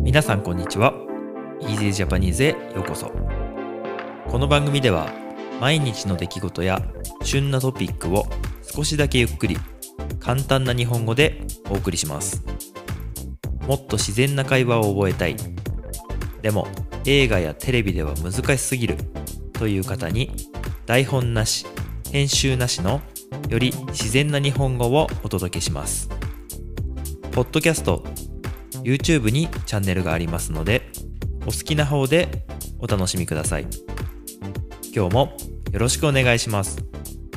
皆さんこんにちは。 Easy Japanese へようこそ。この番組では毎日の出来事や旬なトピックを少しだけゆっくり簡単な日本語でお送りします。もっと自然な会話を覚えたい、でも映画やテレビでは難しすぎるという方に、台本なし編集なしのより自然な日本語をお届けします。ポッドキャスト、YouTube にチャンネルがありますので、お好きな方でお楽しみください。今日もよろしくお願いします。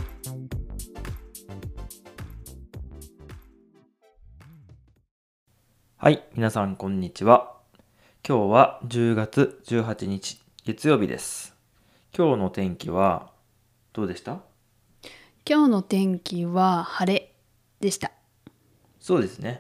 はい、皆さんこんにちは。今日は10月18日月曜日です。今日の天気はどうでした？ 今日の天気は晴れでした。 そうですね。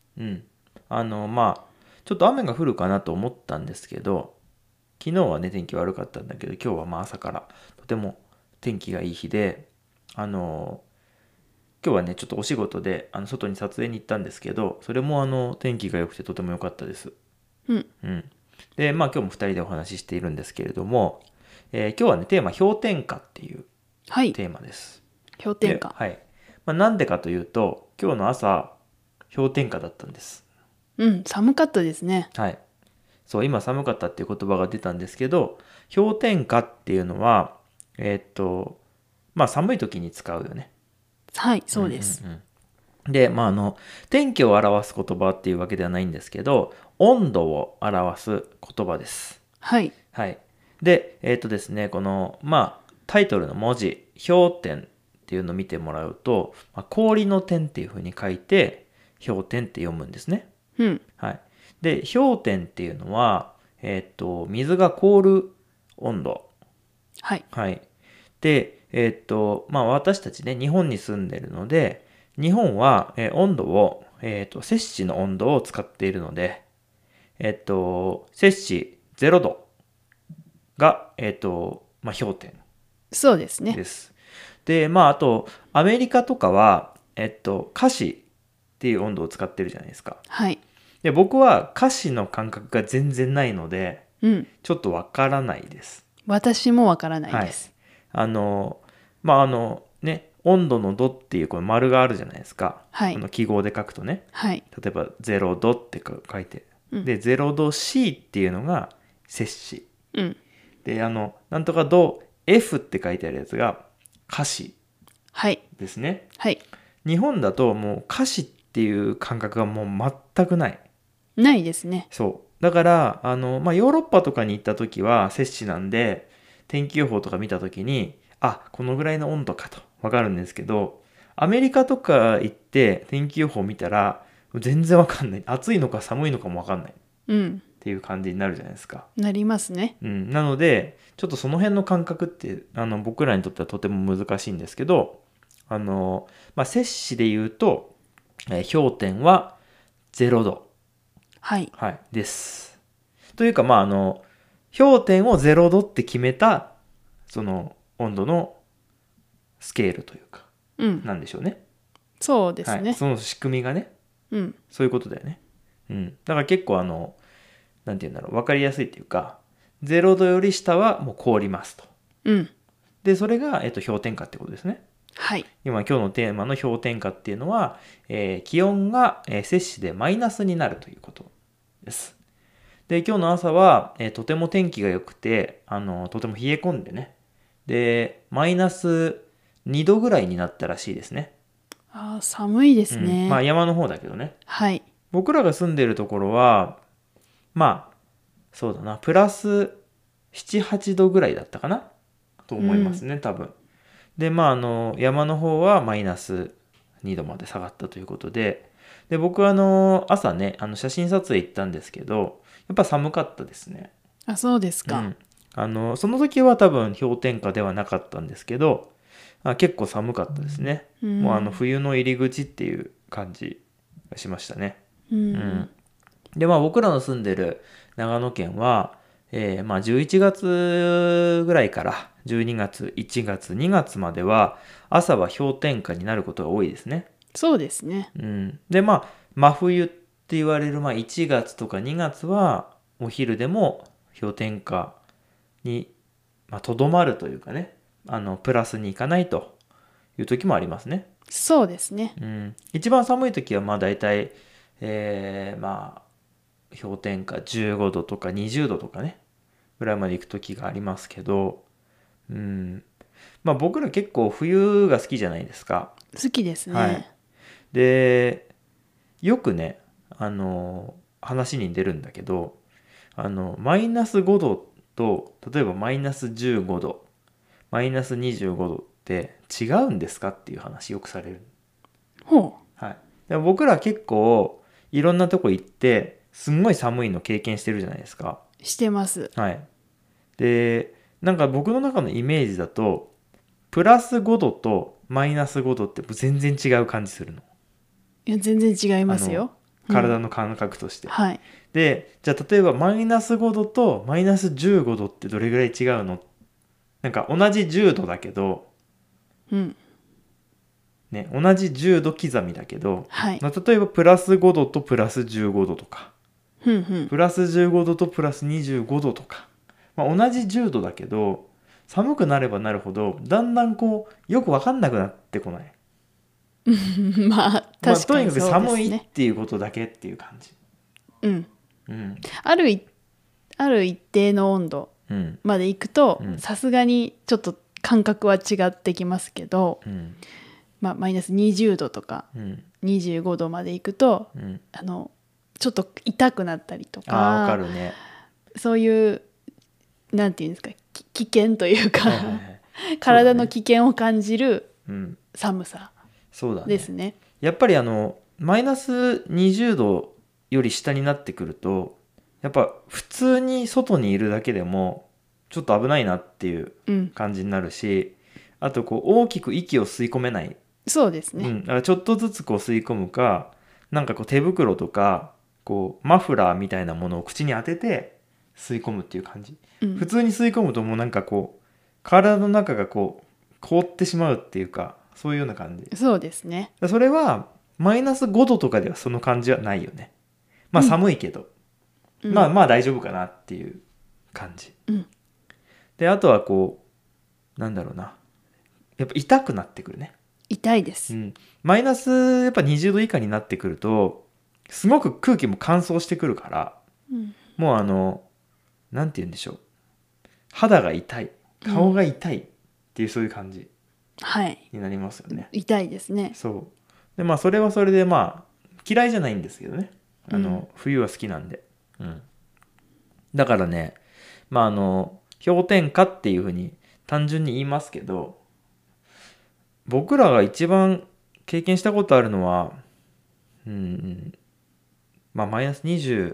ちょっと雨が降るかなと思ったんですけど、昨日はね天気悪かったんだけど、今日は朝からとても天気がいい日で、今日はねちょっとお仕事で外に撮影に行ったんですけど、それも天気が良くてとても良かったです。で、今日も2人でお話ししているんですけれども、今日はねテーマ氷点下っていうテーマです。 氷点下。 はい。なんでかというと、今日の朝氷点下だったんです。 寒かったですね。 はい。そう、今寒かったっていう言葉が出たんですけど、氷点下っていうのは、寒い時に使うよね。 はい、そうです。 で、天気を表す言葉っていうわけではないんですけど、温度を表す言葉です。 はい。 はい。で、ですね、この、タイトルの文字、氷点っていうのを見てもらうと、氷の点っていう風に書いて、氷点って読むんですね。はい。で、氷点っていうのは、水が凍る温度。 はい。 はい。で、私たちね、日本に住んでるので、日本は、温度を、摂氏の温度を使っているので、摂氏0度が、氷点そうですね。 です。で、あと、アメリカとかは、華氏っていう温度を使ってるじゃないですか。 はい。 で、僕は華氏の感覚が全然ないので、ちょっとわからないです。 私もわからないです。 温度の度っていうこの丸があるじゃないですか。 はい。 この記号で書くとね。 はい。 例えば0度って書いて。で、0度 C っていうのが摂氏。で、なんとか度 F って書いてあるやつが華氏ですね。 はい。 日本だともう華氏っていう感覚がもう全くない。 ないですね。 そう。だから、ヨーロッパとかに行った時は摂氏なんで、天気予報とか見た時に、このぐらいの温度かとわかるんですけど、アメリカとか行って天気予報見たら、全然わかんない。暑いのか寒いのかもわかんない。っていう感じになるじゃないですか。 なりますね。 なので、ちょっとその辺の感覚って、僕らにとってはとても難しいんですけど、摂氏で言うと、氷点は0度。 はい。 はい。です。というか、氷点を0度って決めた、その温度のスケールというか、なんでしょうね。 そうですね。 はい。その仕組みがね、そういうことだよね。だから結構なんていうんだろう、わかりやすいっていうか、0度より下はもう凍りますと。で、それが、氷点下ってことですね。 はい。 今日のテーマの氷点下っていうのは、気温が、摂氏でマイナスになるということです。で、今日の朝は、とても天気が良くて、とても冷え込んでね。で、マイナス2度ぐらいになったらしいですね。 寒いですね。 山の方だけどね。 はい。 僕らが住んでるところは、そうだな、プラス7、8度ぐらいだったかなと思いますね、多分。で、山の方はマイナス2度まで下がったということで、で、僕は朝ね、写真撮影行ったんですけど、やっぱ寒かったですね。 そうですか。 その時は多分氷点下ではなかったんですけど、結構寒かったですね。もう冬の入り口っていう感じがしましたね。で、僕らの住んでる長野県は、11月ぐらいから12月、1月、2月までは朝は氷点下になることが多いですね。 そうですね。 で、真冬って言われる1月とか2月はお昼でも氷点下にとどまるというかね、プラスに行かないという時もありますね。 そうですね。 一番寒い時はだいたい氷点下15度とか20度とかねぐらいまで行く時がありますけど、僕ら結構冬が好きじゃないですか。 好きですね。 はい。でよくね話に出るんだけどマイナス5度と例えばマイナス15度マイナス25度って違うんですかっていう話よくされる。 ほはい。でも僕ら結構いろんなとこ行ってすんごい寒いの経験してるじゃないですか。 してます。 はい。でなんか僕の中のイメージだとプラス5度とマイナス5度って全然違う感じするの。 いや全然違いますよ。 体の感覚として。 はい。 でじゃあ例えばマイナス5度とマイナス15度ってどれぐらい違うの？なんか同じ10度だけど、ね、同じ10度刻みだけど、 はい、 例えばプラス5度とプラス15度とか、プラス15度とプラス25度とか、同じ10度だけど寒くなればなるほどだんだんよく分かんなくなってこない。 確かにそうですね。 とにかく寒いっていうことだけっていう感じ。 ある一定の温度までいくとさすがにちょっと感覚は違ってきますけど、マイナス20度とか25度までいくと、ちょっと痛くなったりとか、 わかるね。 そういうなんていうんですか、危険というか、体の危険を感じる寒さですね。 やっぱりマイナス20度より下になってくるとやっぱ普通に外にいるだけでもちょっと危ないなっていう感じになるし、あと大きく息を吸い込めない。 そうですね。 だからちょっとずつ吸い込むか、なんか手袋とかマフラーみたいなものを口に当てて吸い込むっていう感じ。普通に吸い込むともうなんか体の中が凍ってしまうっていうか、そういうような感じ。 そうですね。 それはマイナス5度とかではその感じはないよね。寒いけど、大丈夫かなっていう感じ。であとはなんだろうな、やっぱ痛くなってくるね。 痛いです。 マイナスやっぱ20度以下になってくるとすごく空気も乾燥してくるから、もうなんて言うんでしょう、肌が痛い、顔が痛いっていう、そういう感じになりますよね。 痛いですね。 そうでそれはそれで嫌いじゃないんですけどね。冬は好きなんで。だからね、氷点下っていうふうに単純に言いますけど、僕らが一番経験したことあるのはマイナス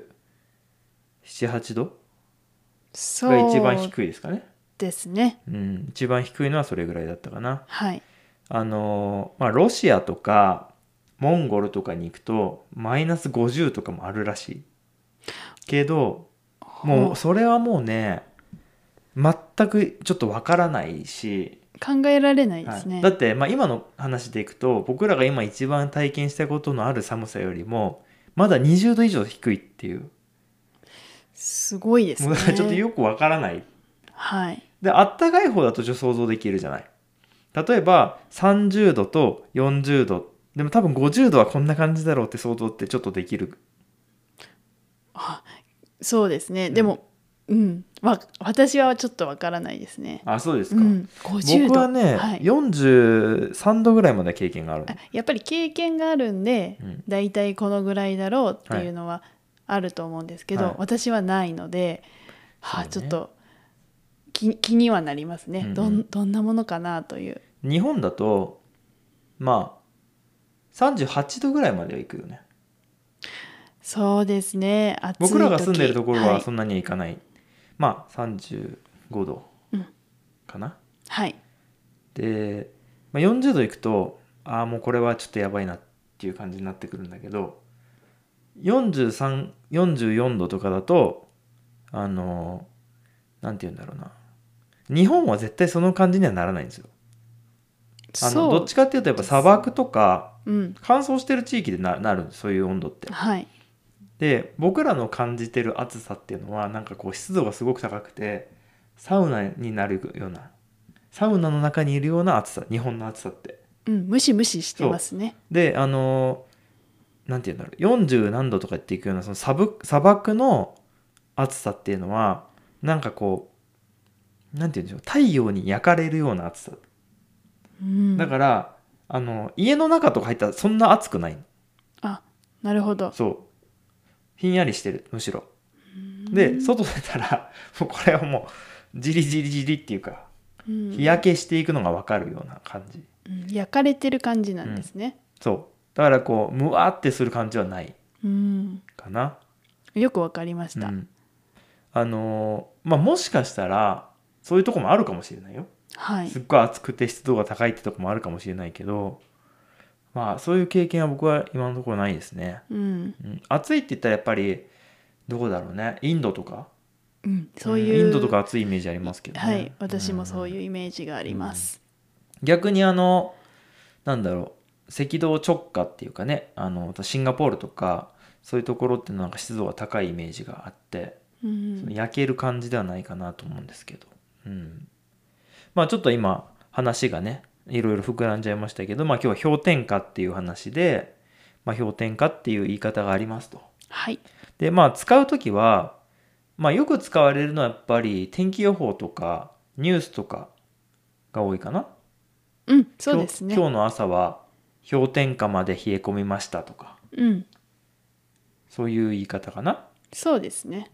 27、8度が一番低いですかね。 ですね。 一番低いのはそれぐらいだったかな。 はい。 ロシアとかモンゴルとかに行くとマイナス50とかもあるらしいけど、もうそれはもうね全くちょっとわからないし考えられないですね。 だって、今の話でいくと僕らが今一番体験したことのある寒さよりもまだ20度以上低いっていう、 すごいですね。 もうだからちょっとよくわからない。 はい。 であったかい方だと想像できるじゃない。例えば30度と40度でも多分50度はこんな感じだろうって想像ってちょっとできる。 そうですね。でも私はちょっとわからないですね。 そうですか。 50度。 僕はね、43度ぐらいまで経験がある。 やっぱり経験があるんで、だいたいこのぐらいだろうっていうのはあると思うんですけど、私はないので、ちょっと気にはなりますね。どんなものかなという。 日本だと38度ぐらいまではいくよね。 そうですね。暑い時、 僕らが住んでるところはそんなにはいかない。35度かな。で、40度いくともうこれはちょっとやばいなっていう感じになってくるんだけど、43、44度とかだとなんて言うんだろうな、日本は絶対その感じにはならないんですよ。どっちかっていうとやっぱ砂漠とか、乾燥してる地域でなるんです、そういう温度って。 で僕らの感じてる暑さっていうのはなんかこう湿度がすごく高くてサウナになるような、サウナの中にいるような暑さ、日本の暑さって、 ムシムシしてますね。 でなんていうんだろう、40何度とかっていくようなその砂漠の暑さっていうのはなんかこうなんていうんでしょう、太陽に焼かれるような暑さ、だから家の中とか入ったらそんな暑くないの。 あ、なるほど。 そうひんやりしてる、むしろ。で外出たらもうこれはもうジリジリジリっていうか、日焼けしていくのが分かるような感じ、 焼かれてる感じなんですね。 そうだからこうムワーってする感じはないかな。 よく分かりました。 もしかしたらそういうとこもあるかもしれないよ。 はい、 すっごい暑くて湿度が高いってとこもあるかもしれないけど、そういう経験は僕は今のところないですね。暑いって言ったらやっぱりどこだろうね、インドとか、 そういう、 インドとか暑いイメージありますけどね。 はい、私もそういうイメージがあります。 逆になんだろう、赤道直下っていうかね、シンガポールとかそういうところってなんか湿度が高いイメージがあって、焼ける感じではないかなと思うんですけど、ちょっと今話がねいろいろ膨らんじゃいましたけど、今日は氷点下っていう話で、氷点下っていう言い方がありますと。 はい。 で使うときは、よく使われるのはやっぱり天気予報とかニュースとかが多いかな。 そうですね。 今日の朝は氷点下まで冷え込みましたとか、そういう言い方かな。 そうですね。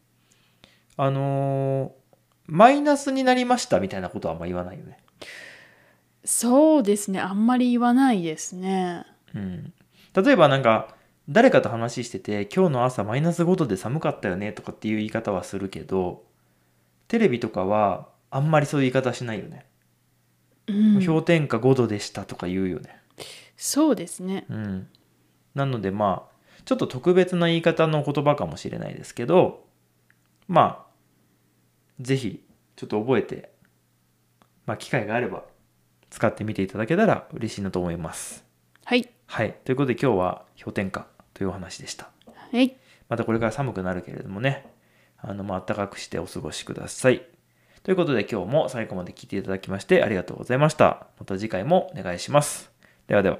マイナスになりましたみたいなことはあんま言わないよね。 そうですね、あんまり言わないですね。 例えばなんか誰かと話してて今日の朝マイナス5度で寒かったよねとかっていう言い方はするけど、テレビとかはあんまりそういう言い方しないよね。氷点下5度でしたとか言うよね。 そうですね。 なのでちょっと特別な言い方の言葉かもしれないですけど、ぜひちょっと覚えて、機会があれば使ってみていただけたら嬉しいなと思います。 はい。 はい。ということで今日は氷点下というお話でした。 はい。 またこれから寒くなるけれどもね、暖かくしてお過ごしください。ということで今日も最後まで聞いていただきましてありがとうございました。また次回もお願いします。ではでは。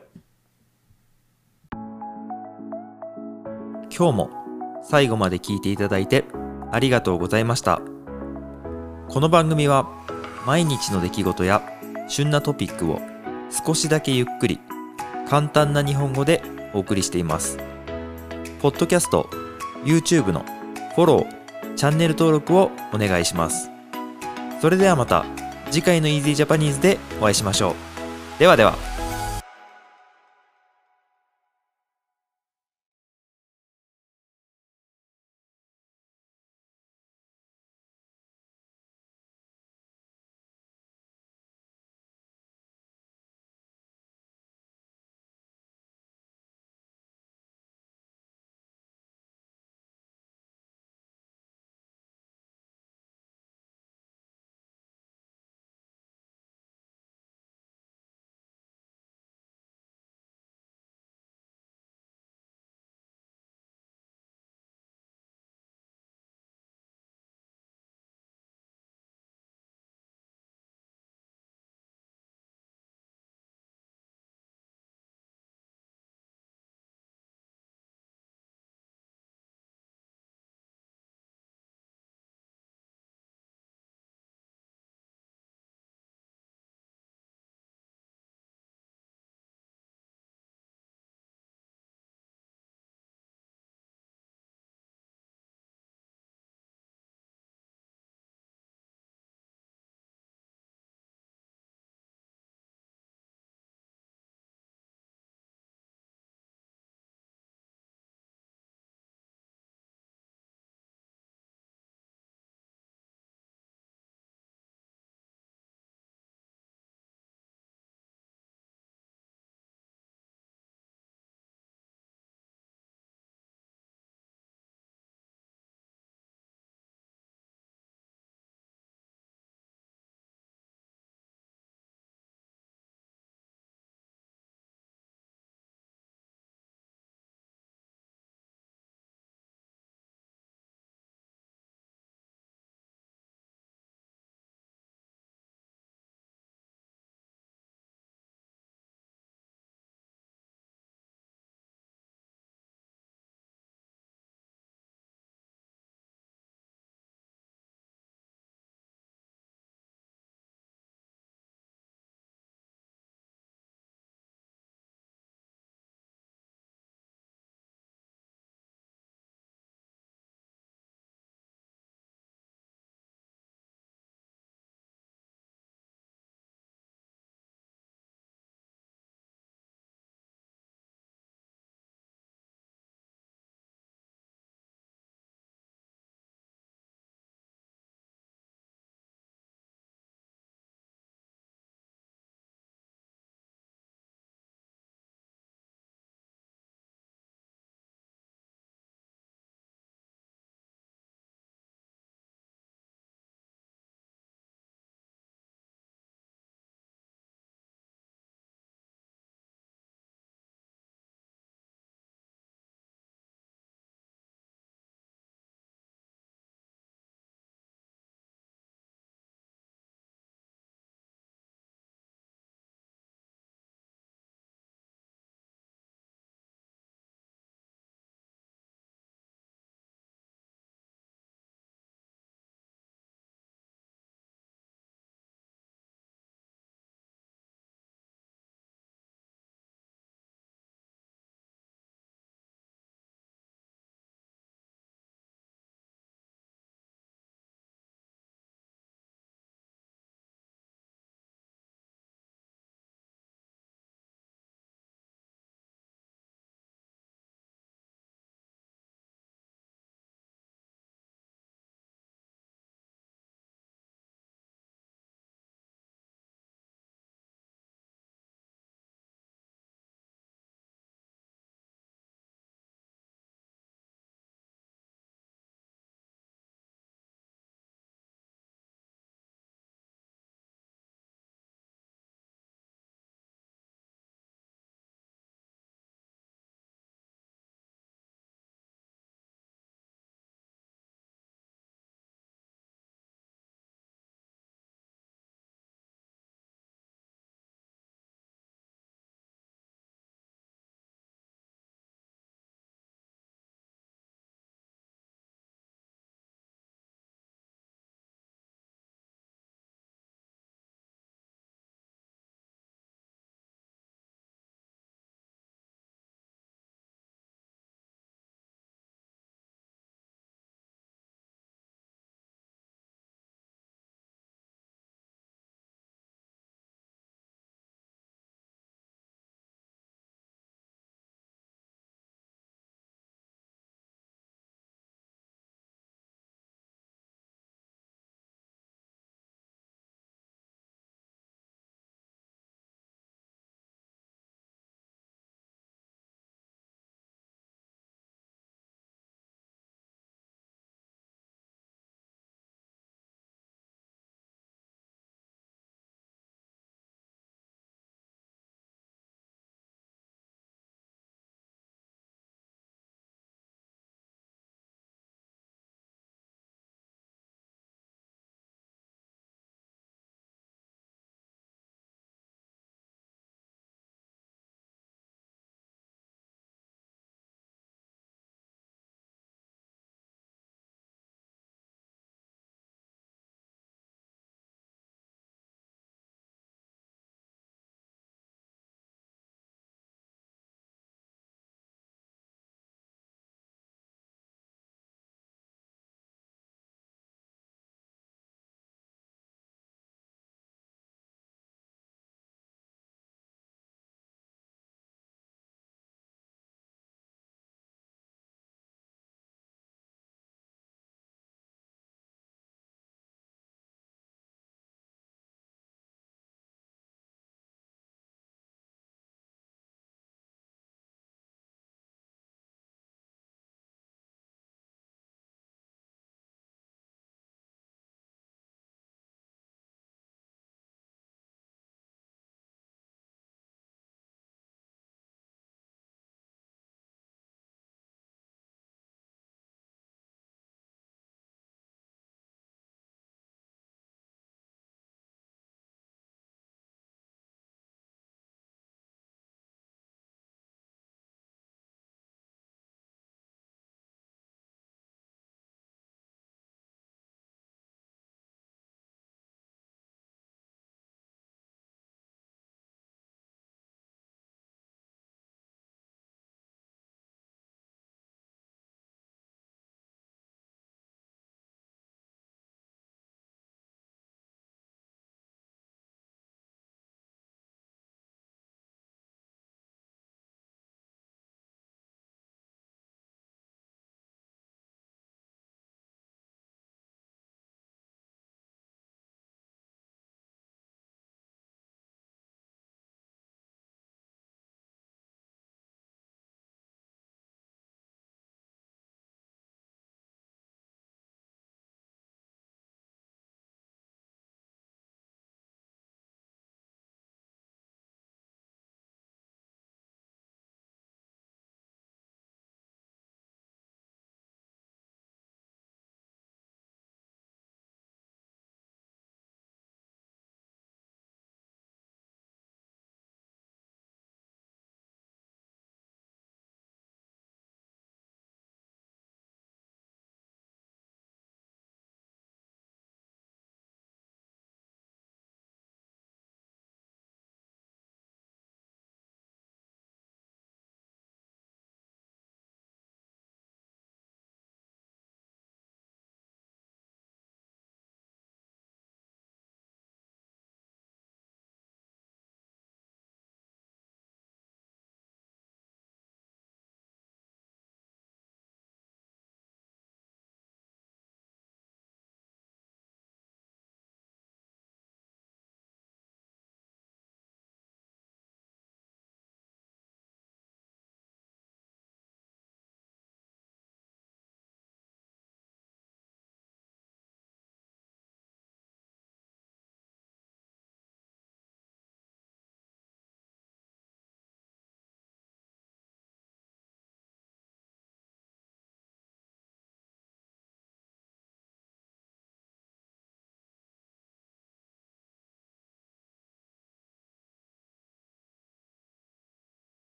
今日も最後まで聞いていただいてありがとうございました。この番組は毎日の出来事や旬なトピックを少しだけゆっくり簡単な日本語でお送りしています。ポッドキャスト、YouTube のフォロー、チャンネル登録をお願いします。それではまた次回の Easy Japanese でお会いしましょう。ではでは。